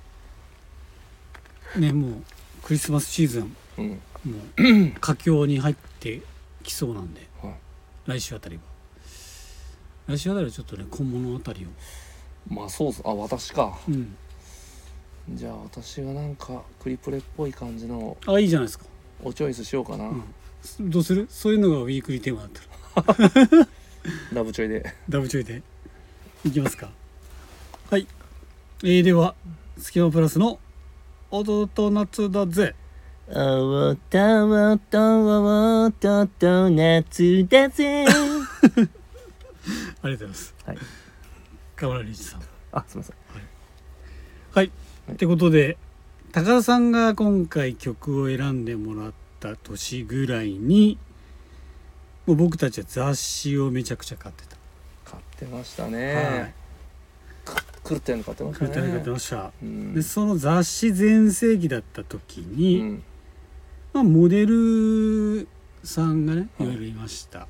ねもうクリスマスシーズン、うん、もう佳境に入ってきそうなんで、はい来週あたりは来週あたりはちょっとね小物あたりをまあそうっすあ私か、 うん、 じゃあ私がなんかクリプレっぽい感じのあいいじゃないですかおチョイスしようかな、 うん、どうするそういうのがウィークリーテーマだったらダブチョイでダブチョイでいきますか。はい、えー、ではスキマプラスの弟夏だぜおっとおっとおっとっと夏だぜありがとうございます。はい。河村隆一さん。 あ、すみません。 はい。はい。はい、ってことで高田さんが今回曲を選んでもらった年ぐらいに、もう僕たちは雑誌をめちゃくちゃ買ってた。 買ってましたね。はい。狂ったように買ってましたね。狂ったように買ってました。 うん、でその雑誌全盛期だった時に。うんまあ、モデルさんがねいろいろいました、はい、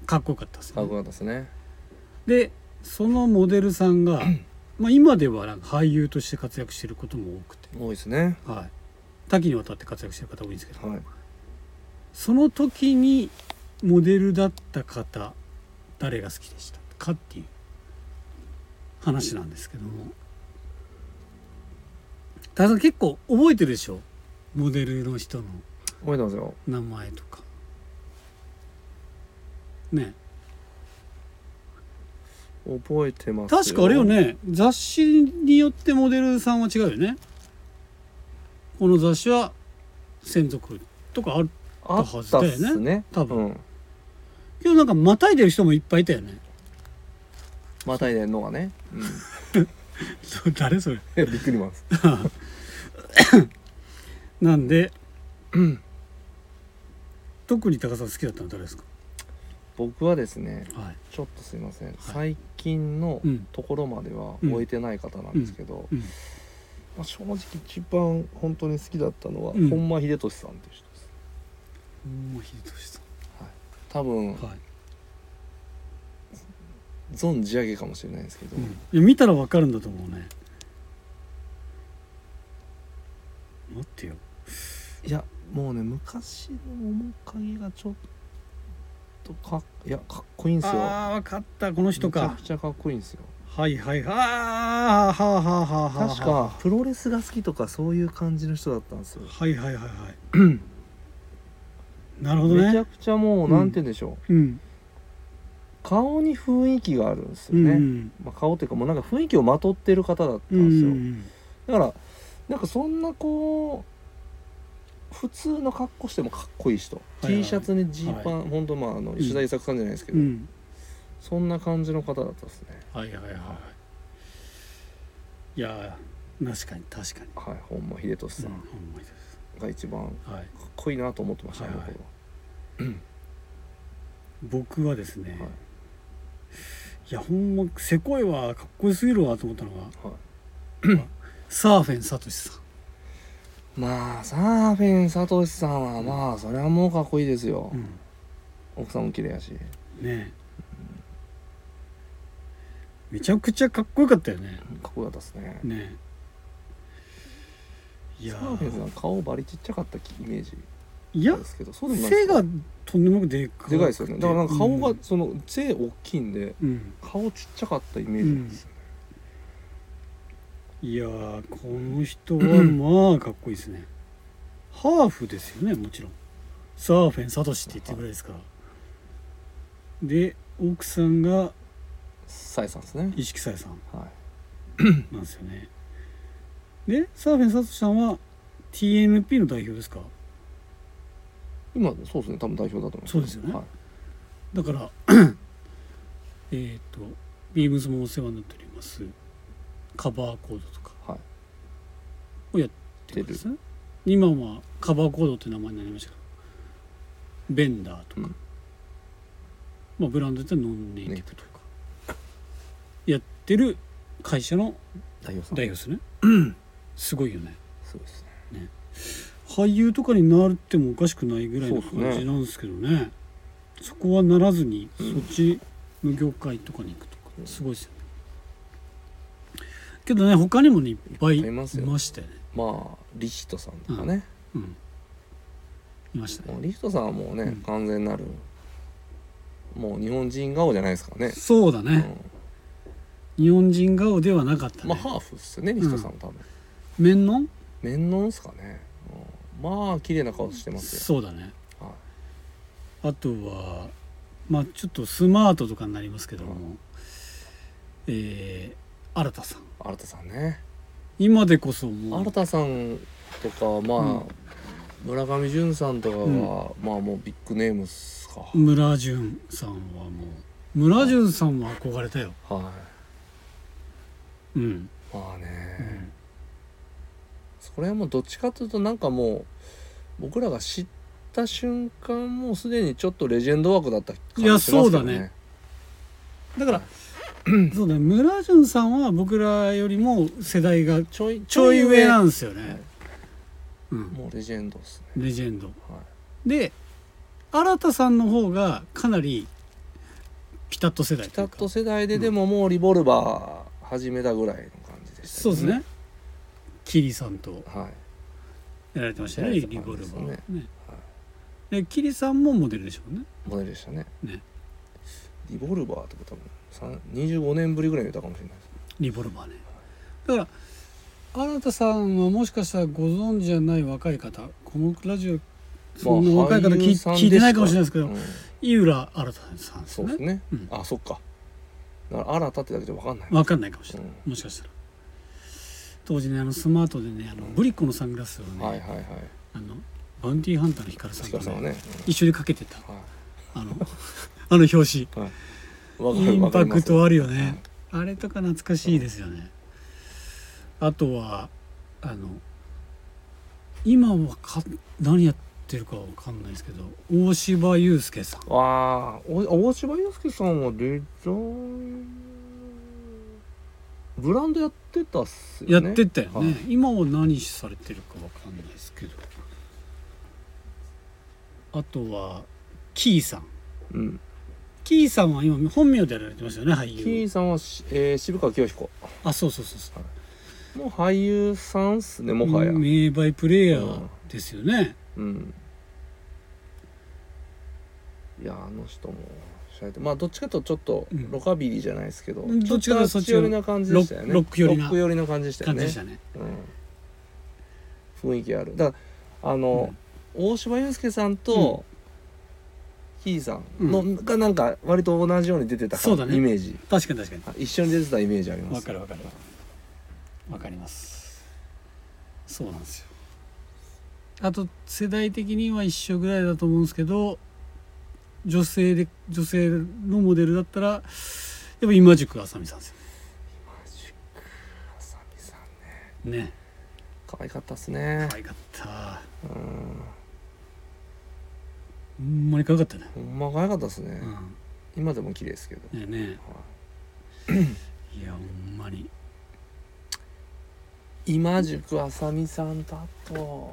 かっこよかったですね。 かっこよかったですね。 でそのモデルさんがまあ今ではなんか俳優として活躍していることも多くて多いですね、 はい、多岐にわたって活躍している方多いんですけど、はい、その時にモデルだった方誰が好きでしたかっていう話なんですけども、高田さん結構覚えてるでしょモデルの人の覚えてますよ名前とかね覚えてますよ。 確かあれよね雑誌によってモデルさんは違うよね。この雑誌は専属とかあったはずだよね、 ね多分、うん、 今日なんかまたいでる人もいっぱいいたよね。 またいでんのがね、 そう誰それうん、びっくりますなんで、 うん、 特に高さん好きだったの誰ですか？ 僕はですね、 はい、 ちょっとすいません、はい、最近のところまでは終えてない方なんですけど、 うんうんまあ、正直一番本当に好きだったのは、 うん、 本間秀俊さんという人です。 本間秀俊さん、 はい、多分、はい、存じ上げかもしれないんですけど、うん、いや見たら分かるんだと思うね。待ってよ、 いやもうね昔の面影がちょっとかいやかっこいいんですよ。 ああ分かった、この人か。 めちゃくちゃかっこいいんですよ。 はいはいはい、ああはあはあはあはあ、 確かプロレスが好きとかそういう感じの人だったんですよ。 はいはいはいはいなるほどね。 めちゃくちゃもう、うん、なんて言うんでしょう、うん、顔に雰囲気があるんですよね、うん、まあ、顔っていうかもうなんか雰囲気をまとってる方だったんですよ、うん、だからなんかそんなこう普通の格好してもかっこいい人、はいはい、T シャツにジーパン、はい、ほんとまああの石田伊作さんじゃないですけど、うん、そんな感じの方だったですね。 はいはいはいはい。いや確かに確かに、 はい、本間秀俊さん、うん、本間秀俊が一番かっこいいなと思ってましたね、はいはいはい、僕はですね、はい、いやほんませこいわかっこよすぎるわと思ったのが、はい、サーフェンサトシさん。 まあサーフェンサトシさんはまあそれはもうかっこいいですよ、うん、奥さんも綺麗やしねえ、 うん、めちゃくちゃかっこよかったよね。 かっこよかったですね。 ねえ、いやサーフェンさん顔バリちっちゃかったイメージいやですけど、そうでもない背がとんでもなくでかいでかいですよね。だからなんか顔がその背大きいんで、うん、顔ちっちゃかったイメージなんですよね、 うん、いやーこの人はまあかっこいいですね。ハーフですよね、もちろんサーフェンサトシって言ってるぐらいですから、はい、で奥さんがサイさんですね、 石木サイさん、 はい、 なんですよね。でサーフェンサトシさんは ティーエヌピー の代表ですか？ 今そうですね、多分代表だと思います。 そうですよね、はい、だからえっとビームズもお世話になっておりますカバーコードとかをやってるんですね、はい、今はカバーコードって名前になりましたけどベンダーとか、うん、まあ、ブランドで言ったらノンネイティブとかやってる会社の代表さん代表ですねすごいよね。 そうですね。 ね、俳優とかになってもおかしくないぐらいの感じなんですけど ね, ねそこはならずに、うん、そっちの業界とかに行くとか、うん、すごいですよね。けどね他にもねいっぱいいましたよね。 まあリヒトさんとかね、 うんうん、いましたね。 リヒトさんはもうね、うん、完全なるもう日本人顔じゃないですかね。 そうだね、うん、日本人顔ではなかったね。 まあハーフっすよねリヒトさんも多分、 うん、面の面のんすかね、うん、まあ綺麗な顔してますよ。 そうだね、はい、あとはまあちょっとスマートとかになりますけども、うん、えー、新田さん新田さんね、 今でこそもう新田さんとかまあ、うん、村上淳さんとかは、うん、まあもうビッグネームっすか。 村淳さんはもう村淳さんは憧れたよ。 はい、うん、まあね、うん、それはもうどっちかというとなんかもう僕らが知った瞬間もうすでにちょっとレジェンド枠だった感じしますけどね。いやそうだね。 だからそうだね、村淳さんは僕らよりも世代がちょいちょい上なんですよね、はい、 うん、もうレジェンドですね。レジェンド、はい、で新田さんの方がかなりピタッと世代ピタッと世代で、でももうリボルバー始めたぐらいの感じでしたね。 そうですね。キリさんとやられてましたね、はい、リボルバーね、ね、はい、でキリさんもモデルでしょうね。 モデルでしたね。ね、リボルバーって多分にじゅうごねんぶりぐらいに言ったかもしれないです。 リボルバーね。だから新田さんはもしかしたらご存知じゃない若い方、このラジオそんな若い方 聞,、まあ、聞いてないかもしれないですけど、うん、井浦新さんですね。 そうですね、うん、あそっか、だから新ってだけで分かんない分かんないかもしれない、うん、もしかしたら当時ねあのスマートでねあの、うん、ブリッコのサングラスをね、 はいはいはい、 あのバウンティーハンターのヒカルさんと、ねね、うん、 一緒にかけてた、はあのあの表紙、 はい、わかるインわかりますパクトあるよね、はい、あれとか懐かしいですよね。あとはあの今はか何やってるかわかんないですけど、大柴祐介さん。 ああ、大柴祐介さんはデザインブランドやってたっすよね。 やってたよね、はい、今は何されてるかわかんないですけど。あとはキーさん、 うん、 キーさんは今本名でやられてますよね、俳優。 キーさんは、えー、渋川清彦。 あ、そうそうそうそう、はい、 もう俳優さんっすね、もはや名バイプレイヤーですよね。 うん、うん、いや、あの人もまあどっちかというとちょっとロカビリーじゃないですけど、うん、どっちかというとそっち寄りな感じでしたよね。 ロック寄りなロック寄りな感じでしたよね。 ね、 うん、雰囲気ある。だからあの、うん、大柴祐介さんと、うん、キーさんの、うん、がなんか割と同じように出てたか、ね、イメージ。 確かに確かに一緒に出てたイメージあります。 わかるわかるわかります。そうなんですよ。あと世代的には一緒ぐらいだと思うんですけど、女性で女性のモデルだったらやっぱ今宿あさみさんですよね。 今宿あさみさんね。 ね。 可愛かったっすね。 可愛かった。 うん。 ほんまに可愛かったね。 ほんま可愛かったっすね。うん、今でも綺麗ですけど。 ねえねえ。はい、いやほんまに。 今宿あさみさんとあと。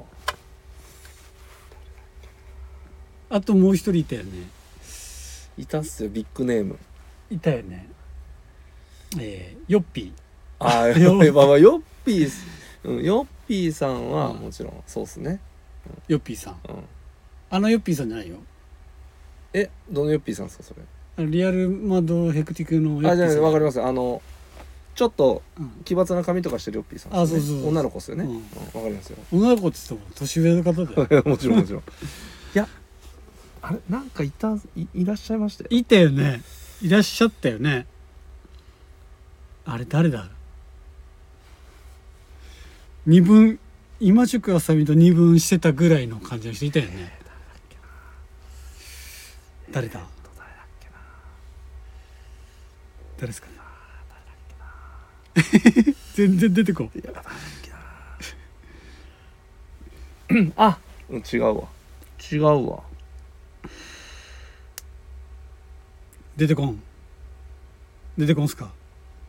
あともう一人いたよね。 いたっすよ、ビッグネームいたよね。えー、ヨッピー。 ああ、ヨッピー、うん、ヨッピーさんはもちろんそうっすね、うん、 ヨッピーさん、うん、あのヨッピーさんじゃないよ。 え、どのヨッピーさんですかそれ。 リアルマドヘクティクのヨッピーさん。 あ、じゃあ分かります。あのちょっと奇抜な髪とかしてるヨッピーさん、ね、 あ、そうそうそう、 女の子っすよね、うんうん、分かりますよ。 女の子って言っても年上の方だよもちろんもちろんいや、あれなんかいた い, いらっしゃいましたよ。 いたよね。いらっしゃったよね。あれ誰だ。二分今宿あさみと二分してたぐらいの感じの人いたよね。誰だ。誰ですか。全然出てこん。 あ、違うわ違うわ出てこん出てこんすか。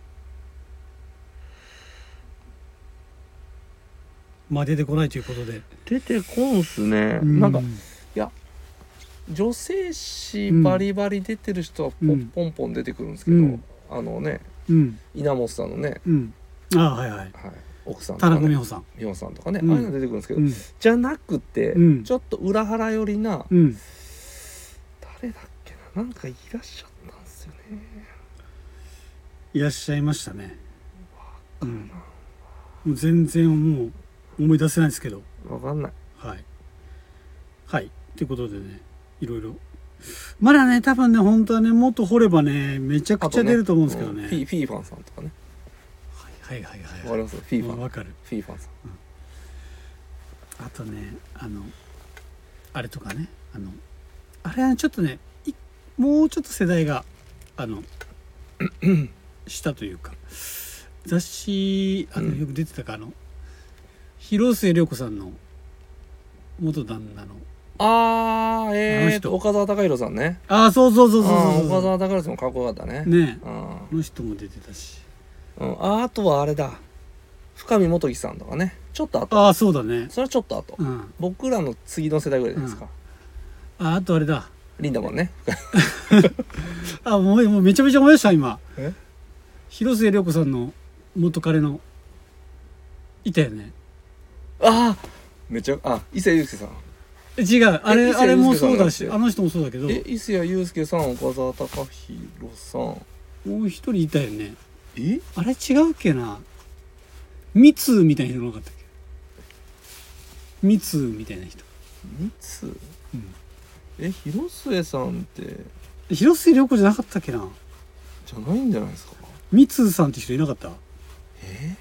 まあ出てこないということで。 出てこんすね。なんかいや女性誌バリバリ出てる人は ポ,、うん、ポンポン出てくるんですけど、うん、あのね、うん、稲本さんのね、 うん、ああはいはい、はい、 奥さんとか、ね、 田中美穂さん美穂さんとかね、うん、ああいうの出てくるんですけど、うん、じゃなくて、うん、ちょっと裏腹寄りな、うん、誰だっけな、なんかいらっしゃったんですよね。 いらっしゃいましたね。うん、もう全然もう思い出せないですけど。 わかんない。 はいはいということでね、いろいろまだね多分ね本当はねもっと掘ればねめちゃくちゃ出ると思うんですけどね。 ね、うん、フィ, フィーファンさんとかね。 はいはいはいはい。 わかります。フィーファン。 わかる。 フィーファンさん。 うん、あとねあのあれとかねあのあれはちょっとねもうちょっと世代があのしたというか雑誌あのよく出てたか、うん、あの広末涼子さんの元旦那の。 ああ、えーと岡澤貴弘さんね。 ああそうそうそうそうそうそう。 岡澤貴弘さんもかっこよかったね。 ねえ、あの人も出てたし、 うん、あ, あとはあれだ深見元樹さんとかね、ちょっと後。 ああそうだね、 それはちょっと後、うん、僕らの次の世代ぐらいじゃないですか、 うん、ああとあれだリンダマンねあもう、もうめちゃめちゃ思い出した今。え広末涼子さんの元彼のいたよね。 ああめっちゃ、あ伊勢祐介さん。 違う、あれあれもそうだし、あの人もそうだけど、 え伊勢祐介さん、岡澤貴弘さん、もう一人いたよね。 えあれ違うっけな、ミツみたいな人なかったっけ。ミツみたいな人。 ミツ、うん、え広末さんって広末涼子じゃなかったっけな。 じゃないんじゃないですか。 ミツさんって人いなかった。 え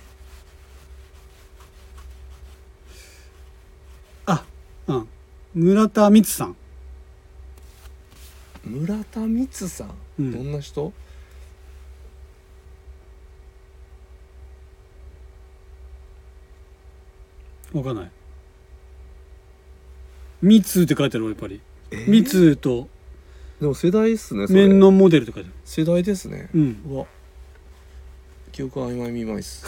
あ、うん、村田光さん。 村田光さん、 うん、 どんな人？ わかんない。ミツって書いてあるわやっぱり。ミツとでも世代っすねそれ。 面のモデルって書いてある。 世代ですね。 うん。 うわ記憶曖昧見舞いっす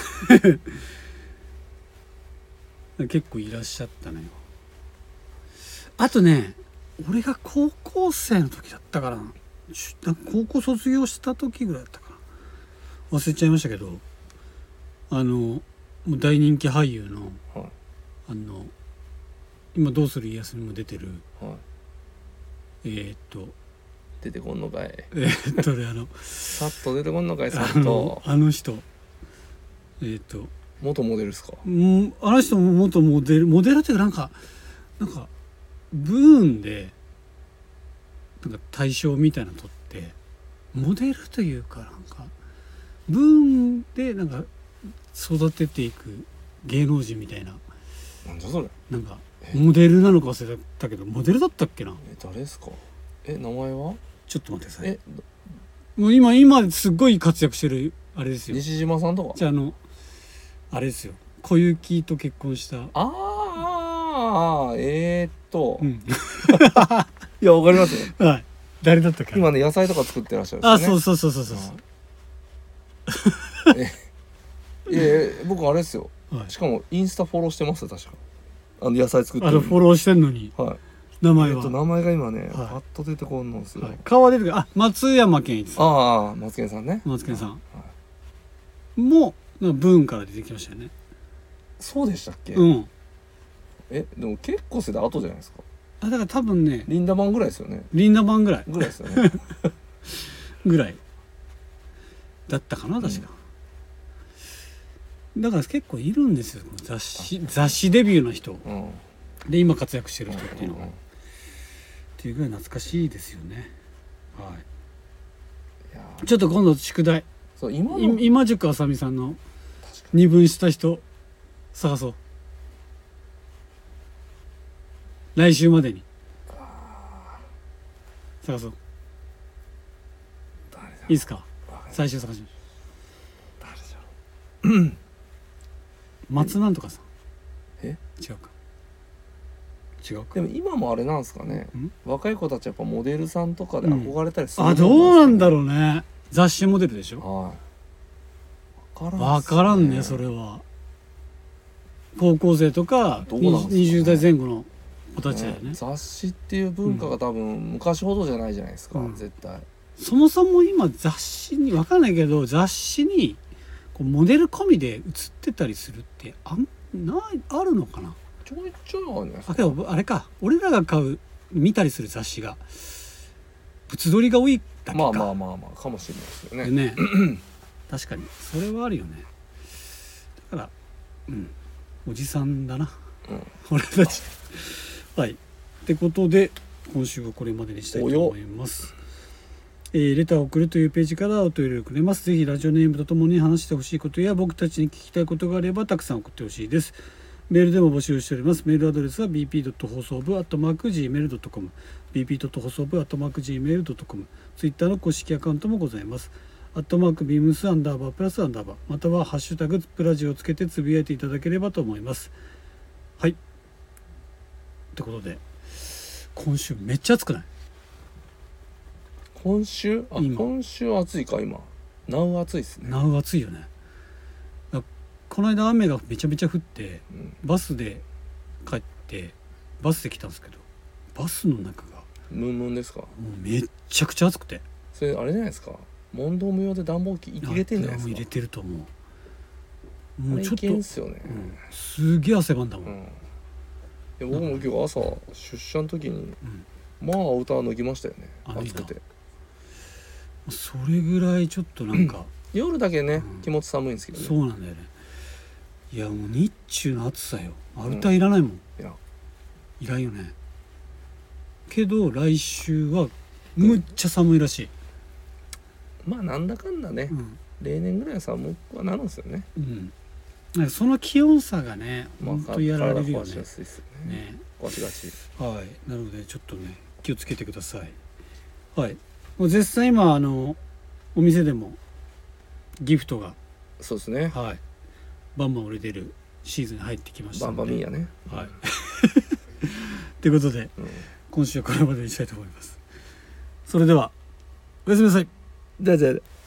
結構いらっしゃったね。あとね、俺が高校生の時だったかな、高校卒業した時ぐらいだったかな、忘れちゃいましたけど、あのもう大人気俳優の、はい、あの今どうする家康にも出てる、はい、えー、っと出てこんのかいえー、っとねあのさっと出てこんのかいさっとあの、あの人えー、っと元モデルですか？ んあの人も元モデルモデルっていうかなんかなんかブーンでなんか大賞みたいなの取ってモデルというかなんかブーンでなんか育てていく芸能人みたいな。 なんじゃそれ。 なんかモデルなのか忘れたけどモデルだったっけな。 え誰ですか？え名前は？ ちょっと待ってください。 えもう今今すっごい活躍してるあれですよ。 西島さんとか？ じゃああのあれですよ。小雪と結婚した。 ああえー、っと、うん、いやわかりますよ。 はい。誰だったっけ？ 今ね野菜とか作ってらっしゃるんですよね。あそうそうそうそうそうそう。 えいやいや僕あれですよ、はい、しかもインスタフォローしてますよ確か。あの野菜作ってるあのフォローしてんのに、 はい、 名前は、 えっと、名前が今ね、はい、パッと出てこんのですよ、はい、 顔は出てくる。あ松山健一さん。 ああ松健さんね。 松健さん、はい、もうなんかブーンから出てきましたよね。 そうでしたっけ？ うん。 えでも結構世代後じゃないですか。 あだから多分ねリンダマンぐらいですよね。 リンダマンぐらいぐらいですよねぐらいだったかな確か、うん、だから結構いるんですよ雑誌雑誌デビューの人、うん、で今活躍してる人っていうのが、うんうんうん、っていうぐらい懐かしいですよね。はい。いやちょっと今度宿題そう 今, 今宿あさみさんの二分した人探そう。来週までに探そう。いいですか？最終探しましょう。誰じゃろう松なんとかさん。 え違うか違うか。 でも今もあれなんですかね、若い子たちやっぱモデルさんとかで憧れたりする、 うん、あどうなんだろうね。雑誌モデルでしょ。はい、分からんねそれは。高校生とかにじゅう代前後の子たちだよね。 雑誌っていう文化が多分昔ほどじゃないじゃないですか、うん、絶対。 そもそも今雑誌に分かんないけど雑誌にこうモデル込みで写ってたりするってあんないあるのかな。 ちょいちょいあるんじゃないですか。 あけどあれか俺らが買う見たりする雑誌が物撮りが多いだけか。 まあまあまあまあかもしれないですよね。 ね確かにそれはあるよね。だからうんおじさんだな、うん、俺たちはいってことで今週はこれまでにしたいと思います。えー、レターを送るというページからお問い合わせくれます。ぜひラジオネームとともに話してほしいことや僕たちに聞きたいことがあればたくさん送ってほしいです。メールでも募集しております。メールアドレスは ビーピー 放送部 アットマーク ジーメール ドットコム ビーピー 放送部 アットマーク ジーメール ドットコム ツイッターの公式アカウントもございます。アットマークビームスアンダーバープラスアンダーバーまたはハッシュタグプラジをつけてつぶやいていただければと思います。はいってことで今週めっちゃ暑くない？ 今週あ今週暑いか。今なう暑いっすね。 なう暑いよね。この間雨がめちゃめちゃ降って、うん、バスで帰ってバスで来たんですけどバスの中がムンムンですか？もうめっちゃくちゃ暑くて。 それあれじゃないですか、問答無用で暖房機入れてんじゃないですか？ 入れてると思う。もうちょっといけんすよね、 うん、すげえ汗ばんだもん、うん、いや僕も今日朝出社の時に、うん、まあ歌脱ぎましたよね。暑くてそれぐらいちょっとなんか夜だけね、うん、気持ち寒いんですけどね。 そうなんだよね。いやもう日中の暑さよ。アウターいらないもん、うん、いやいらんよね。けど来週はむっちゃ寒いらしい、 うん、まあなんだかんだね、うん、例年ぐらいは寒くはなるんですよね。 うん、その気温差がねほんとやられるよね。 壊しやすいですよね。ね壊しがち。 はいなのでちょっとね気をつけてください。 はいもう絶賛今あのお店でもギフトがそうですね、 はいバンバン売れてるシーズンに入ってきましたのでバンバンミーやね、 はいということで、 うん、 今週はこれまでにしたいと思います。それではおやすみなさい。 じゃあじゃあ